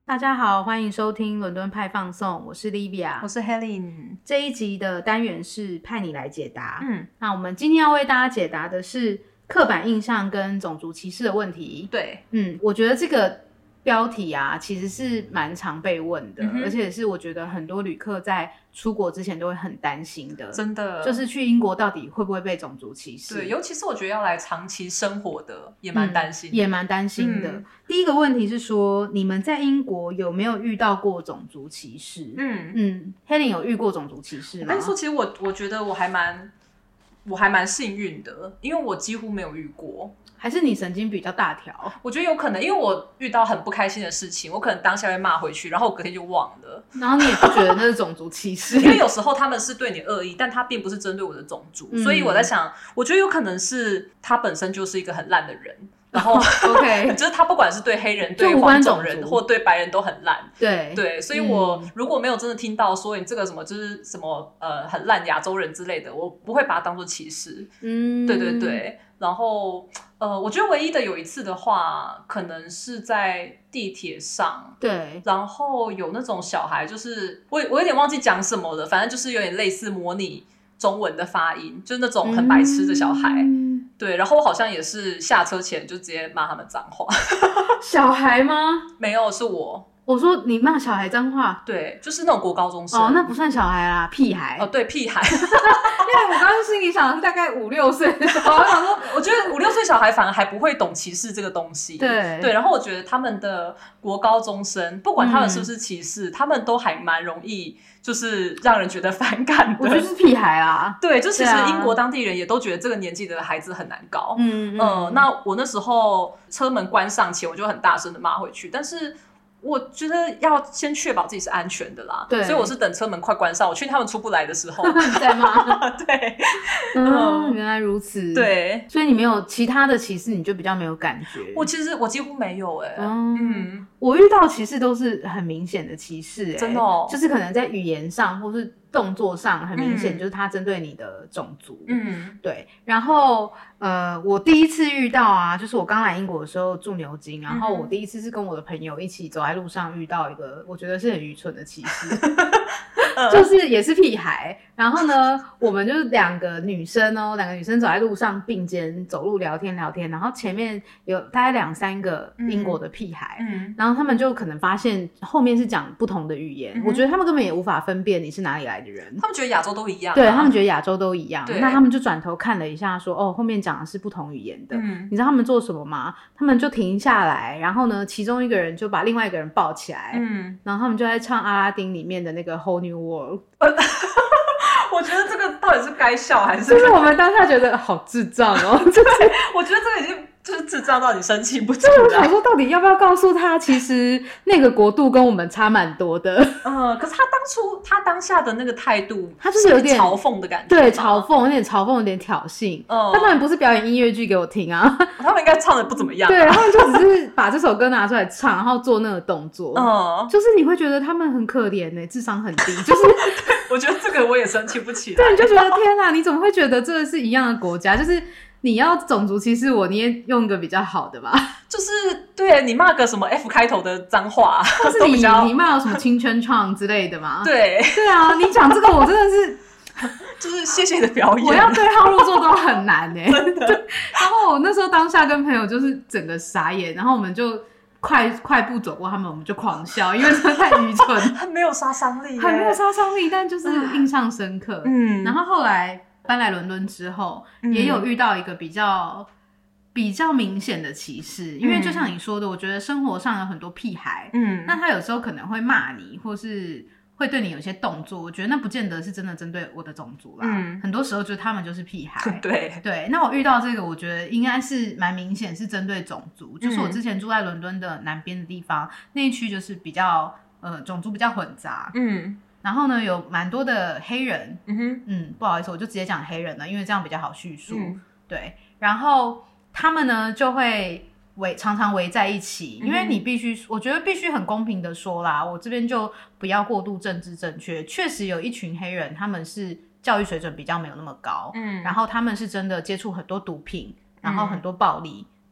大家好，欢迎收听伦敦派放送，我是 Livia， 我是 Helen。 这一集的单元是派你来解答。那我们今天要为大家解答的是刻板印象跟种族歧视的问题。 对， 我觉得这个标题啊，其实是蛮常被问的，而且是我觉得很多旅客在出国之前都会很担心的， 真的， 就是去英国到底会不会被种族歧视？ 对，尤其是我觉得要来长期生活的，也蛮担心的， 也蛮担心的。第一个问题是说，你们在英国有没有遇到过种族歧视？Helen 有遇过种族歧视吗？ 但是说，其实我觉得我还蛮幸运的，因为我几乎没有遇过。 还是你神经比较大条？ 我觉得有可能，因为我遇到很不开心的事情，我可能当下会骂回去，然后我隔天就忘了。 然后你也不觉得那是种族歧视？ 因为有时候他们是对你恶意，但他并不是针对我的种族，所以我在想，我觉得有可能是他本身就是一个很烂的人。然后 ，OK， 就是他不管是对黑人、对黄种人或对白人都很烂，对，所以我如果没有真的听到说你这个什么就是什么很烂亚洲人之类的，我不会把它当作歧视。对对对。然后我觉得唯一的有一次的话，可能是在地铁上， 对， 然后有那种小孩，就是我有点忘记讲什么了，反正就是有点类似模拟中文的发音，就是那种很白痴的小孩。对，然后我好像也是下车前就直接骂他们脏话。 小孩吗？ 没有，是我。 我说你骂小孩脏话？ 对，就是那种国高中生。 哦，那不算小孩啦，屁孩。 哦，对，屁孩。 因为我刚刚心里想的是大概5、6岁的时候，我想说， 我觉得5、6岁小孩反而还不会懂歧视这个东西。 对， 然后我觉得他们的国高中生，不管他们是不是歧视，他们都还蛮容易，就是让人觉得反感的。 我觉得是屁孩啦。 对，就其实英国当地人也都觉得这个年纪的孩子很难搞。那我那时候车门关上前，我就很大声的骂回去，但是我觉得要先确保自己是安全的啦，对，所以我是等车门快关上，我确定他们出不来的时候再骂。 对， 原来如此。 对， 所以你没有其他的歧视，你就比较没有感觉。 我几乎没有我遇到歧视都是很明显的歧视， 真的哦， 就是可能在语言上或是动作上很明显，就是他针对你的种族。对。然后我第一次遇到啊，就是我刚来英国的时候住牛津，然后我第一次是跟我的朋友一起走在路上遇到一个我觉得是很愚蠢的歧视。就是也是屁孩，然后呢，我们就是两个女生走在路上并肩走路聊天，然后前面有大概2、3个英国的屁孩，然后他们就可能发现后面是讲不同的语言，我觉得他们根本也无法分辨你是哪里来的人， 他们觉得亚洲都一样， 对，他们觉得亚洲都一样，那他们就转头看了一下说，哦，后面讲的是不同语言的，你知道他们做什么吗？他们就停下来，然后呢，其中一个人就把另外一个人抱起来，然后他们就在唱阿拉丁里面的那个 Whole New World。 我觉得这个到底是该笑还是？ 就是我们当下觉得好智障哦，就是我觉得这个已经就是智障到你生气不起来。我想说，到底要不要告诉他，其实那个国度跟我们差蛮多的。 可是他当下的那个态度， 他就是有点嘲讽的感觉， 对，嘲讽，有点嘲讽，有点挑衅。他当然不是表演音乐剧给我听啊， 他们应该唱的不怎么样。 对，他们就只是把这首歌拿出来唱，然后做那个动作。就是你会觉得他们很可怜呢，智商很低，就是。 我觉得这个我也生气不起来。 对，你就觉得天哪，你怎么会觉得这是一样的国家？就是你要种族歧视我，你也用一个比较好的吧。 就是对你骂个什么 F 开头的脏话， 或是你骂有什么青春创之类的嘛？ 对啊，你讲这个我真的是。 就是谢谢你的表演， 我要对号入座都很难真的。然后我那时候当下跟朋友就是整个傻眼，然后我们就快步走过他们，我们就狂笑，因为真的太愚蠢， 很没有杀伤力， 很没有杀伤力，但就是印象深刻。然后后来搬来伦敦之后，也有遇到一个比较明显的歧视，因为就像你说的，我觉得生活上有很多屁孩，那他有时候可能会骂你，或是会对你有些动作，我觉得那不见得是真的针对我的种族啦，很多时候他们就是屁孩。对，那我遇到这个，我觉得应该是蛮明显是针对种族，就是我之前住在伦敦的南边的地方，那一区就是比较种族比较混杂，然后呢有蛮多的黑人，不好意思，我就直接讲黑人了，因为这样比较好叙述，对，然后他们呢就会常常围在一起，因为你我觉得必须很公平的说啦，我这边就不要过度政治正确，确实有一群黑人他们是教育水准比较没有那么高，然后他们是真的接触很多毒品，然后很多暴力，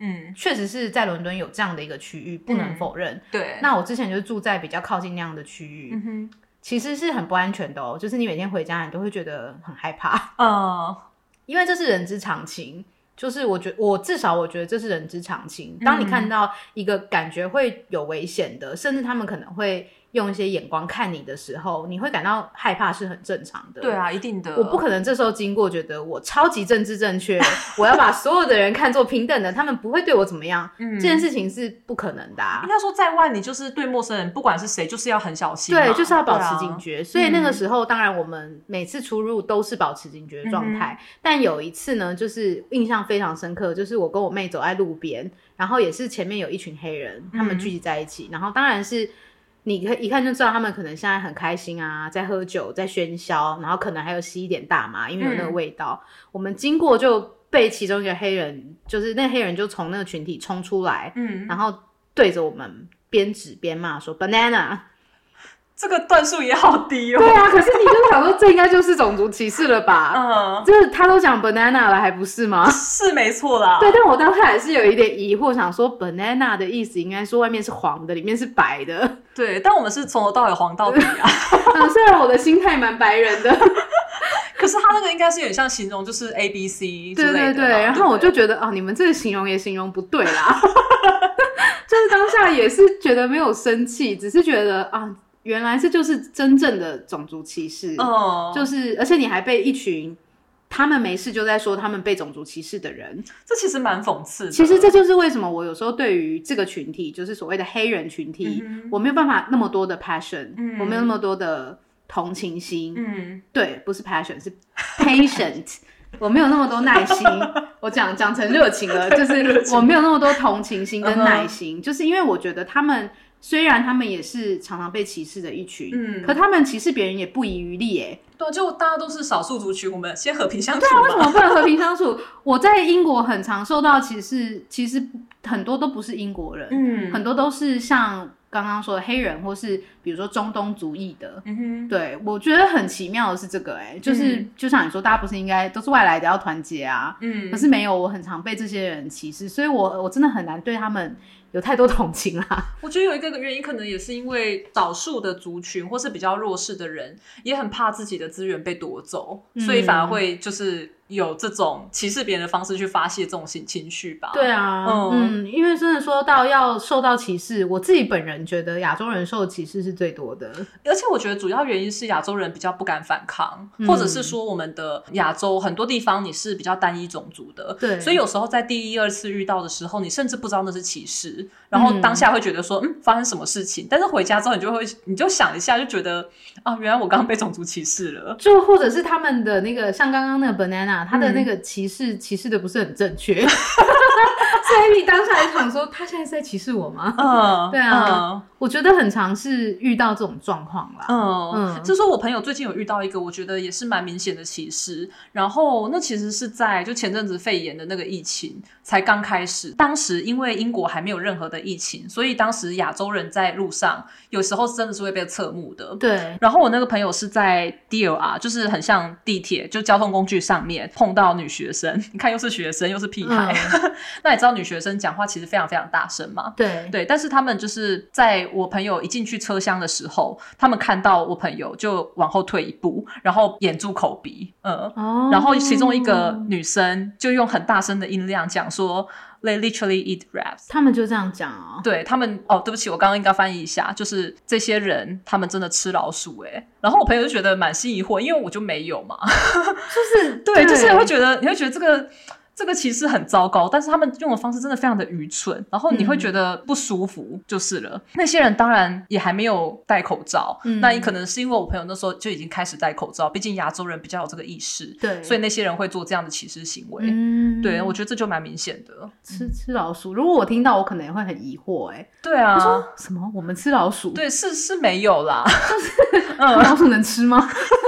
确实是在伦敦有这样的一个区域，不能否认。 对， 那我之前就住在比较靠近那样的区域，其实是很不安全的哦，就是你每天回家你都会觉得很害怕。因为这是人之常情，就是至少我觉得这是人之常情。当你看到一个感觉会有危险的，甚至他们可能会用一些眼光看你的时候，你会感到害怕是很正常的。 对啊，一定的。 我不可能这时候经过觉得我超级政治正确我要把所有的人看作平等的，他们不会对我怎么样，这件事情是不可能的应该说在外你就是对陌生人不管是谁就是要很小心对，就是要保持警觉。所以那个时候当然我们每次出入都是保持警觉的状态，但有一次呢就是印象非常深刻，就是我跟我妹走在路边，然后也是前面有一群黑人他们聚集在一起，然后当然是你一看就知道他们可能现在很开心啊，在喝酒在喧嚣，然后可能还有吸一点大麻，因为有那个味道我们经过就被其中一个黑人，就是那黑人就从那个群体冲出来然后对着我们边指边骂说 banana， 这个段数也好低哦。 对啊，可是你就想说这应该就是种族歧视了吧就是他都讲 banana 了还不是吗？ 是没错啦。 对，但我当时还是有一点疑惑，想说 banana 的意思应该说外面是黄的里面是白的。 对，但我们是从头到尾黄到底啊虽然我的心态蛮白人的可是他那个应该是有点像形容就是 ABC 之类的。 对，然后我就觉得你们这个形容也形容不对啦就是当下也是觉得没有生气，只是觉得原来这就是真正的种族歧视就是而且你还被一群他们没事就在说他们被种族歧视的人， 这其实蛮讽刺的。 其实这就是为什么我有时候对于这个群体就是所谓的黑人群体我没有办法那么多的 passion我没有那么多的同情心对，不是 passion 是 patient 我没有那么多耐心我讲成热情了，就是我没有那么多同情心跟耐心就是因为我觉得他们虽然他们也是常常被歧视的一群可他们歧视别人也不遗余力耶。 对，就大家都是少数族群，我们先和平相处吧。 对啊，为什么不能和平相处我在英国很常受到歧视，其实很多都不是英国人很多都是像刚刚说的黑人或是比如说中东族裔的对，我觉得很奇妙的是这个就是就像你说大家不是应该都是外来的要团结啊可是没有，我很常被这些人歧视，所以我真的很难对他们有太多同情啦。 我觉得有一个原因可能也是因为少数的族群或是比较弱势的人也很怕自己的资源被夺走所以反而会就是有这种歧视别人的方式去发泄这种情绪吧。 对啊因为真的说到要受到歧视，我自己本人觉得亚洲人受歧视是最多的， 而且我觉得主要原因是亚洲人比较不敢反抗或者是说我们的亚洲很多地方你是比较单一种族的对，所以有时候在第一二次遇到的时候你甚至不知道那是歧视，然后当下会觉得说发生什么事情，但是回家之后你就想一下就觉得原来我刚刚被种族歧视了， 就或者是他们的那个像刚刚那个 banana 他的那个歧视的不是很正确所以你当下就想说他现在是在歧视我吗对啊我觉得很常是遇到这种状况啦就是说我朋友最近有遇到一个我觉得也是蛮明显的歧视，然后那其实是在就前阵子肺炎的那个疫情才刚开始，当时因为英国还没有任何的疫情，所以当时亚洲人在路上有时候真的是会被侧目的对， 然后我那个朋友是在 DLR 就是很像地铁就交通工具上面碰到女学生，你看又是学生又是屁孩那你知道女学生讲话其实非常非常大声嘛对，但是他们就是在我朋友一进去车厢的时候他们看到我朋友就往后退一步然后掩住口鼻然后其中一个女生就用很大声的音量讲说 They literally eat rats， 他们就这样讲对，他们对不起我刚刚应该翻译一下，就是这些人他们真的吃老鼠然后我朋友就觉得满心疑惑，因为我就没有嘛就是对，就是你会觉得这个歧视很糟糕，但是他们用的方式真的非常的愚蠢，然后你会觉得不舒服就是了那些人当然也还没有戴口罩那也可能是因为我朋友那时候就已经开始戴口罩，毕竟亚洲人比较有这个意识对，所以那些人会做这样的歧视行为对，我觉得这就蛮明显的吃老鼠，如果我听到我可能也会很疑惑对啊， 我说什么我们吃老鼠？ 对，是没有啦就是老鼠能吃吗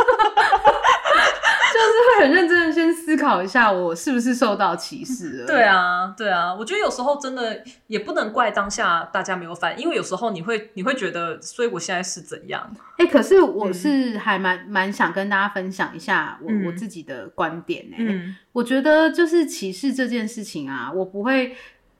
就是会很认真的先思考一下我是不是受到歧视了对啊，我觉得有时候真的也不能怪当下大家没有反应，因为有时候你会觉得所以我现在是怎样可是我是还蛮想跟大家分享一下我自己的观点我觉得就是歧视这件事情啊，我不会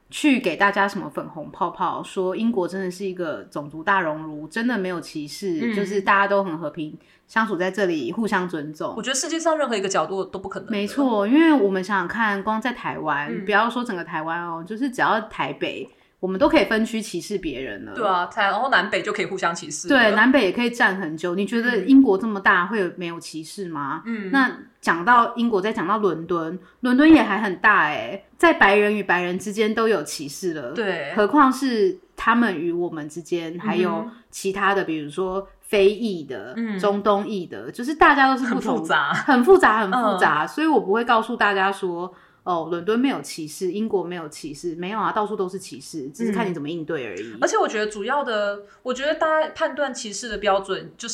去给大家什么粉红泡泡，说英国真的是一个种族大熔炉，真的没有歧视，就是大家都很和平相处在这里，互相尊重。 我觉得世界上任何一个角度都不可能的。 没错，因为我们想想看，光在台湾，不要说整个台湾哦，就是只要台北，我们都可以分区歧视别人了。 对啊，然后南北就可以互相歧视。 对，南北也可以站很久。你觉得英国这么大会没有歧视吗？那讲到英国，再讲到伦敦，伦敦也还很大在白人与白人之间都有歧视了。 对， 何况是他们与我们之间，还有其他的，比如说非裔的、中东裔的，就是大家都是不同，很复杂，所以我不会告诉大家说，伦敦没有歧视，英国没有歧视，没有啊，到处都是歧视，只是看你怎么应对而已。 而且我觉得主要的，我觉得大家判断歧视的标准就是。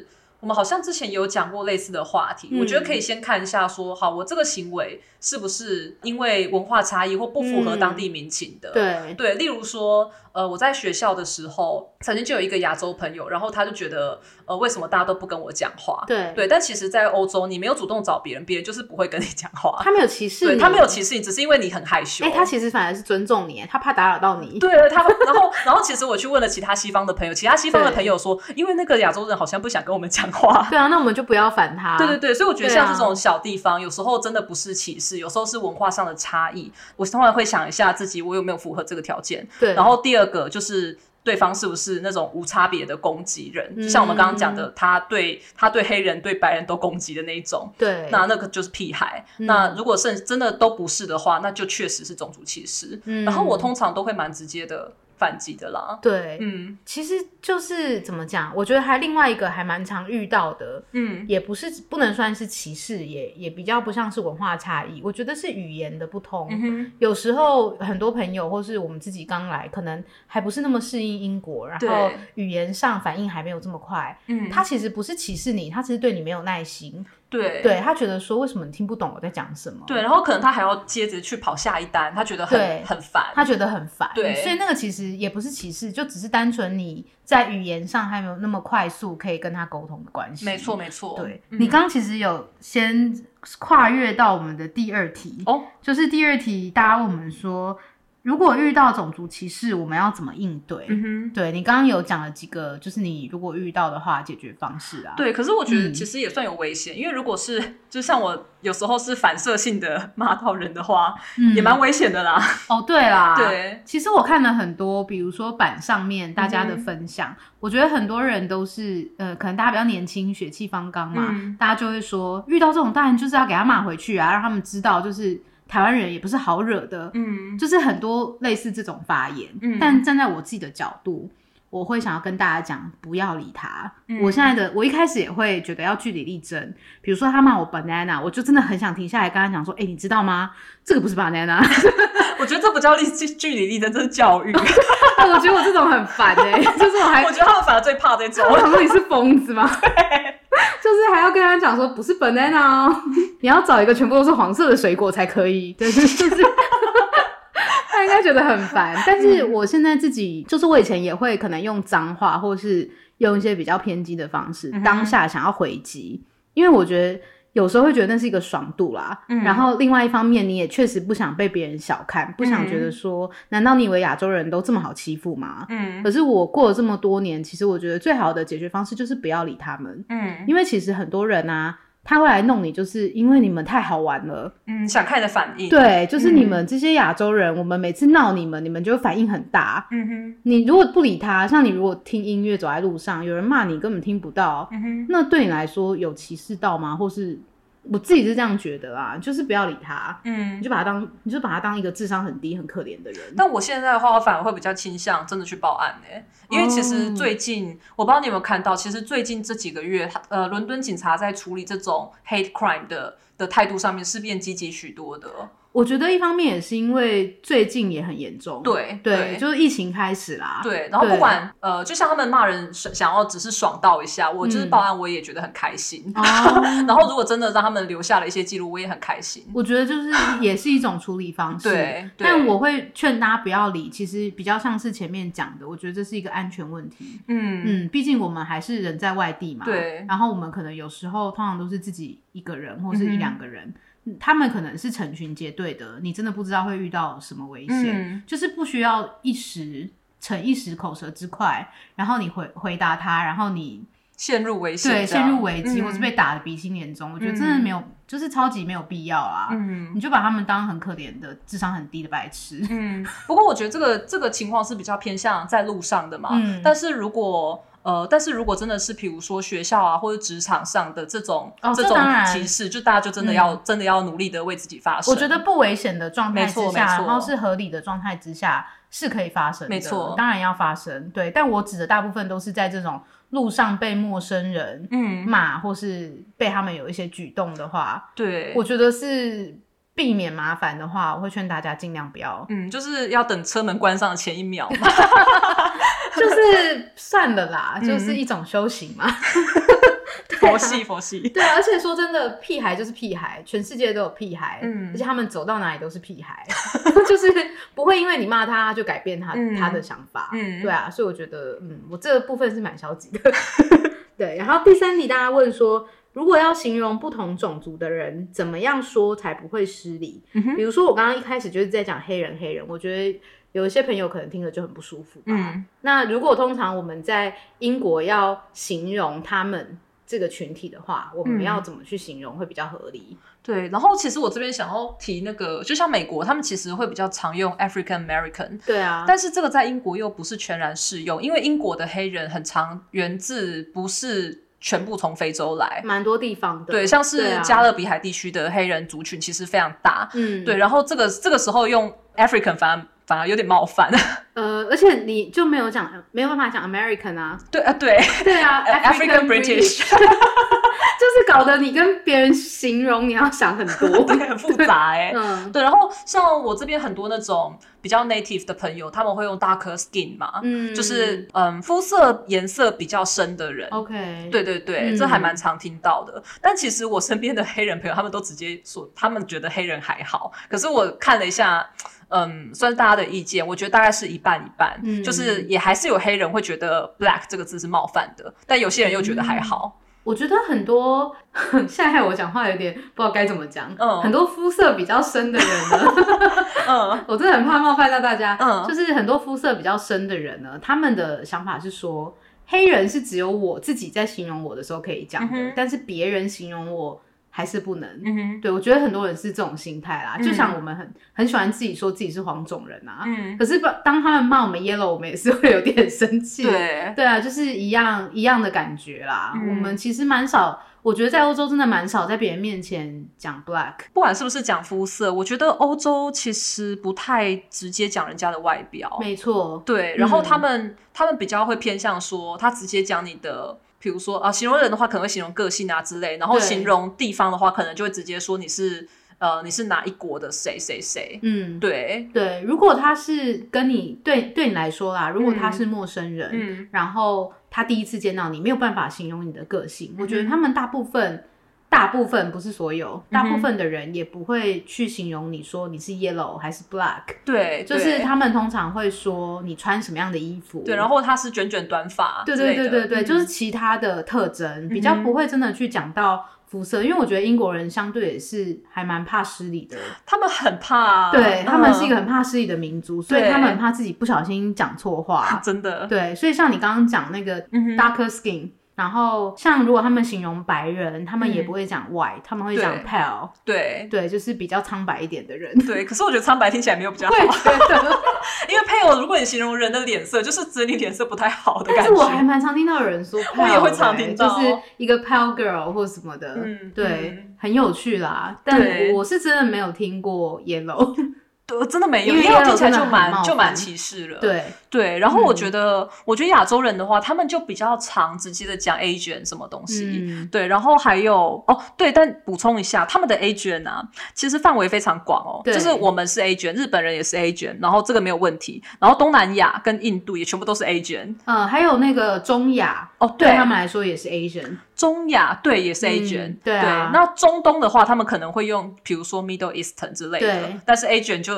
我们好像之前有讲过类似的话题，我觉得可以先看一下说，好，我这个行为是不是因为文化差异或不符合当地民情的？对，例如说，我在学校的时候，曾经就有一个亚洲朋友，然后他就觉得，为什么大家都不跟我讲话？对，但其实，在欧洲，你没有主动找别人，别人就是不会跟你讲话。 他没有歧视你， 对，他没有歧视你，只是因为你很害羞。 他其实反而是尊重你，他怕打扰到你。 对，然后其实我去问了其他西方的朋友，其他西方的朋友说，因为那个亚洲人好像不想跟我们讲话。 对啊，那我们就不要烦他。 对，所以我觉得像这种小地方，有时候真的不是歧视，有时候是文化上的差异。我通常会想一下自己我有没有符合这个条件。对，然后第二个就是对方是不是那种无差别的攻击人，就像我们刚刚讲的，他对黑人对白人都攻击的那一种。对，那个就是屁孩。那如果是真的都不是的话，那就确实是种族歧视。然后我通常都会蛮直接的反击的啦。对， 其实就是怎么讲，我觉得还另外一个还蛮常遇到的，也不能算是歧视，也比较不像是文化差异，我觉得是语言的不同。有时候很多朋友或是我们自己刚来，可能还不是那么适应英国，然后语言上反应还没有这么快，他其实不是歧视你，他其实对你没有耐心。对，他觉得说为什么你听不懂我在讲什么？ 对，然后可能他还要接着去跑下一单，他觉得很烦， 他觉得很烦。对，所以那个其实也不是歧视，就只是单纯你在语言上还没有那么快速可以跟他沟通的关系。 没错。 对，你刚刚其实有先跨越到我们的第二题就是第二题，大家问我们说，如果遇到种族歧视，我们要怎么应对？对，你刚刚有讲了几个，就是你如果遇到的话，解决方式啊。 对，可是我觉得其实也算有危险，因为如果是就像我有时候是反射性的骂到人的话，也蛮危险的啦。 对啦，对，其实我看了很多，比如说板上面大家的分享，我觉得很多人都是可能大家比较年轻，血气方刚嘛，大家就会说，遇到这种当然就是要给他骂回去啊，让他们知道就是。台湾人也不是好惹的，就是很多类似这种发言，但站在我自己的角度，我会想要跟大家讲，不要理他。我一开始也会觉得要据理力争，比如说他骂我 banana， 我就真的很想停下来跟他讲说，你知道吗？这个不是 banana。 我觉得这不叫据理力争，这是教育。 我觉得我这种很烦就是我觉得他们反而最怕这种。 我想说你是疯子吗？对。就是还要跟他讲说不是 banana 你要找一个全部都是黄色的水果才可以，对，就是他应该觉得很烦。但是我现在自己就是我以前也会可能用脏话或是用一些比较偏激的方式，当下想要回击，因为我觉得有时候会觉得那是一个爽度啦，然后另外一方面你也确实不想被别人小看，不想觉得说难道你以为亚洲人都这么好欺负吗？可是我过了这么多年，其实我觉得最好的解决方式就是不要理他们，因为其实很多人啊他会来弄你，就是因为你们太好玩了， 想看你的反应。 对，就是你们这些亚洲人，我们每次闹你们就反应很大。你如果不理他，像你如果听音乐走在路上，有人骂你根本听不到，那对你来说有歧视到吗？或是我自己是这样觉得啦，就是不要理他，你就把他当一个智商很低很可怜的人。 但我现在的话，我反而会比较倾向真的去报案因为其实最近我不知道你有没有看到，其实最近这几个月伦敦警察在处理这种 hate crime 的态度上面是变积极许多的。 我觉得一方面也是因为最近也很严重，对，就是疫情开始啦， 对，然后不管就像他们骂人想要只是爽到一下，我就是报案我也觉得很开心，然后如果真的让他们留下了一些记录，我也很开心。 我觉得就是也是一种处理方式，对，但我会劝大家不要理，其实比较像是前面讲的，我觉得这是一个安全问题，毕竟我们还是人在外地嘛，对，然后我们可能有时候通常都是自己一个人或是一两个人。 他们可能是成群结队的，你真的不知道会遇到什么危险，就是不需要逞一时口舌之快，然后你回答他，然后你陷入危险， 对，陷入危机，或是被打得鼻青脸肿，我觉得真的没有，就是超级没有必要啦。你就把他们当很可怜的、智商很低的白痴。 不过我觉得这个情况是比较偏向在路上的嘛。但是如果真的是比如说学校啊或者职场上的这种歧视，就大家就真的要努力的为自己发声。 我觉得不危险的状态之下，然后是合理的状态之下是可以发生的， 没错， 当然要发生。对，但我指的大部分都是在这种路上被陌生人骂，或是被他们有一些举动的话， 对， 我觉得是避免麻烦的话，我会劝大家尽量不要， 就是要等车门关上的前1秒嘛。 就是算了啦，就是一种修行嘛。 佛系。 对，而且说真的，屁孩就是屁孩，全世界都有屁孩，而且他们走到哪里都是屁孩，就是不会因为你骂他就改变他的想法。对啊，所以我觉得，我这个部分是蛮消极的。对，然后第3题大家问说，如果要形容不同种族的人，怎么样说才不会失礼？比如说我刚刚一开始就是在讲黑人，我觉得有一些朋友可能听了就很不舒服吧。那如果通常我们在英国要形容他们这个群体的话，我们要怎么去形容会比较合理？ 对，然后其实我这边想要提那个，就像美国他们其实会比较常用 African American， 对啊， 但是这个在英国又不是全然适用，因为英国的黑人很常源自不是全部从非洲来， 蛮多地方的。 对，像是加勒比海地区的黑人族群其实非常大。对，然后这个时候用 African 反而有点冒犯。 而且你就没有办法讲 American 啊。 对啊 African British。就是搞得你跟别人形容你要想很多。 对，很复杂对，然后像我这边很多那种比较 native 的朋友，他们会用 darker skin 嘛，就是肤色颜色比较深的人。 OK， 对，这还蛮常听到的。但其实我身边的黑人朋友，他们都直接说他们觉得黑人还好，可是我看了一下算是大家的意见，我觉得大概是一半一半，就是也还是有黑人会觉得 black 这个字是冒犯的，但有些人又觉得还好。 我觉得很多现在害我讲话有点不知道该怎么讲，很多肤色比较深的人呢，我真的很怕冒犯到大家，就是很多肤色比较深的人呢，他们的想法是说，黑人是只有我自己在形容我的时候可以讲的，但是别人形容我还是不能。对，我觉得很多人是这种心态啦，就像我们很喜欢自己说自己是黄种人啊，可是当他们骂我们 yellow， 我们也是会有点生气。对啊，就是一样的感觉啦。我们其实蛮少，我觉得在欧洲真的蛮少在别人面前讲 black， 不管是不是讲肤色，我觉得欧洲其实不太直接讲人家的外表。 没错， 对，然后他们比较会偏向说，他直接讲你的。比如说形容人的话可能会形容个性啊之类，然后形容地方的话可能就会直接说你是哪一国的谁谁谁。对， 如果他是跟你对你来说啦，如果他是陌生人，然后他第一次见到你，没有办法形容你的个性，我觉得他们大部分不是所有，大部分的人也不会去形容你说你是 yellow 还是 black。 对， 就是他们通常会说你穿什么样的衣服。 对，然后他是卷短发之类的。 对，就是其他的特征，比较不会真的去讲到肤色，因为我觉得英国人相对也是还蛮怕失礼的。 他们很怕， 对，他们是一个很怕失礼的民族，所以他们很怕自己不小心讲错话。 真的。 对，所以像你刚刚讲那个 darker skin。然后像如果他们形容白人，他们也不会讲 white，他们会讲 pale。对，就是比较苍白一点的人。 对，可是我觉得苍白听起来没有比较好。因为 pale 如果你形容人的脸色，就是指你脸色不太好的感觉。 但是我还蛮常听到有人说 pale， 我也会常听到， 就是一个 pale girl 或什么的。对，很有趣啦。但我是真的没有听过 yellow。 真的没有，因为听起来就蛮歧视了。对，然后我觉得亚洲人的话，他们就比较常直接的讲 Asian 什么东西。对，然后还有对，但补充一下，他们的 Asian 啊，其实范围非常广哦。就是我们是 Asian， 日本人也是 Asian， 然后这个没有问题。然后东南亚跟印度也全部都是 Asian。 还有那个中亚对他们来说也是 Asian。 中亚对也是 Asian。 对啊。 那中东的话，他们可能会用比如说 Middle Eastern 之类的，但是 Asian 就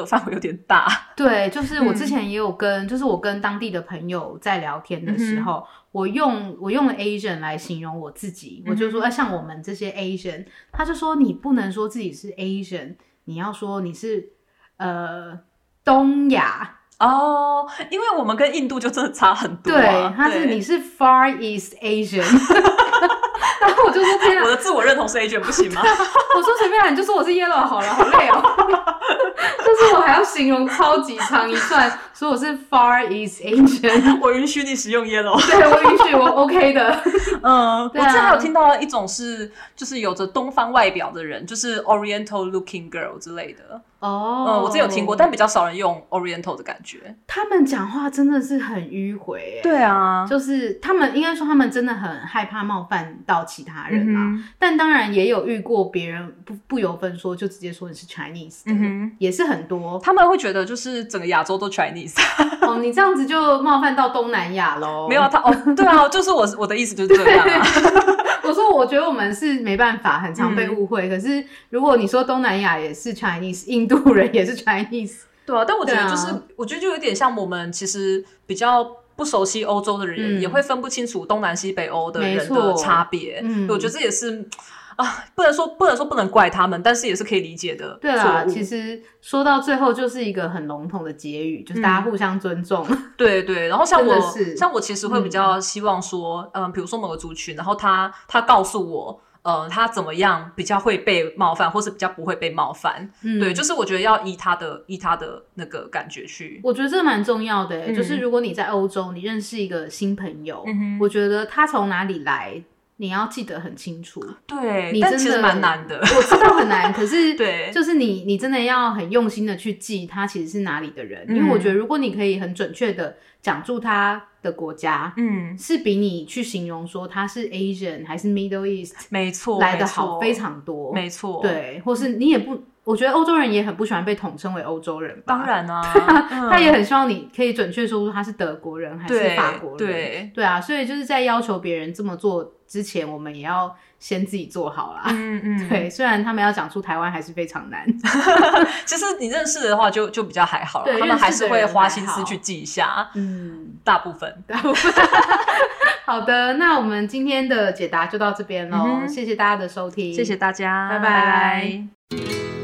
范围有点大。 对，就是我之前也有跟，就是我跟当地的朋友在聊天的时候，我用了 Asian 来形容我自己，我就说像我们这些 Asian， 他就说你不能说自己是 Asian， 你要说你是东亚。 因为我们跟印度就真的差很多对，你是 Far East Asian。然后我就说天啊， 我的自我认同是 Asian 不行吗？ 我说随便啦，你就说我是 Yellow 好了，好累哦。就是我还要形容超级长一串，说我是 Far East Asian。 我允许你使用 Yellow。 对，我允许，我 OK 的。 我之前还有听到一种是，就是有着东方外表的人，就是 Oriental looking girl 之类的。我之前有听过，但比较少人用 Oriental 的感觉。 他们讲话真的是很迂回。 对啊， 就是他们应该说他们真的很害怕冒犯到其他人啊。但当然也有遇过别人不由分说就直接说你是 Chinese 的，也是很多。 他们会觉得就是整个亚洲都 Chinese。 你这样子就冒犯到东南亚咯。 没有对啊，就是我的意思就是这样啊。 我说我觉得我们是没办法，很常被误会。可是如果你说东南亚也是 Chinese， 印度人也是 Chinese。对啊， 但我觉得我觉得就有点像我们其实比较不熟悉欧洲的人，也会分不清楚东南西北欧的人的差别。我觉得这也是不能说不能怪他们，但是也是可以理解的。 对啦，其实说到最后就是一个很笼统的结语，就是大家互相尊重。 对对，然后像我其实会比较希望说，比如说某个族群，然后他告诉我。他怎么样比较会被冒犯，或是比较不会被冒犯？对，就是我觉得要依他的那个感觉去。 我觉得这蛮重要的就是如果你在欧洲，你认识一个新朋友，我觉得他从哪里来，你要记得很清楚。 对，但其实蛮难的。 我知道很难，可是对， 就是你真的要很用心的去记他其实是哪里的人，因为我觉得如果你可以很准确的讲出他的国家，是比你去形容说他是 Asian 还是 Middle East 没错来的好非常多。 没错， 对，或是你也不，我觉得欧洲人也很不喜欢被统称为欧洲人吧。 当然啊， 他也很希望你可以准确说出他是德国人还是法国人。对啊，所以就是在要求别人这么做之前，我们也要先自己做好啦。对，虽然他们要讲出台湾还是非常难。 其实你认识的话就比较还好了，他们还是会花心思去记一下。大部分。 好的，那我们今天的解答就到这边咯。谢谢大家的收听， 谢谢大家， 拜拜。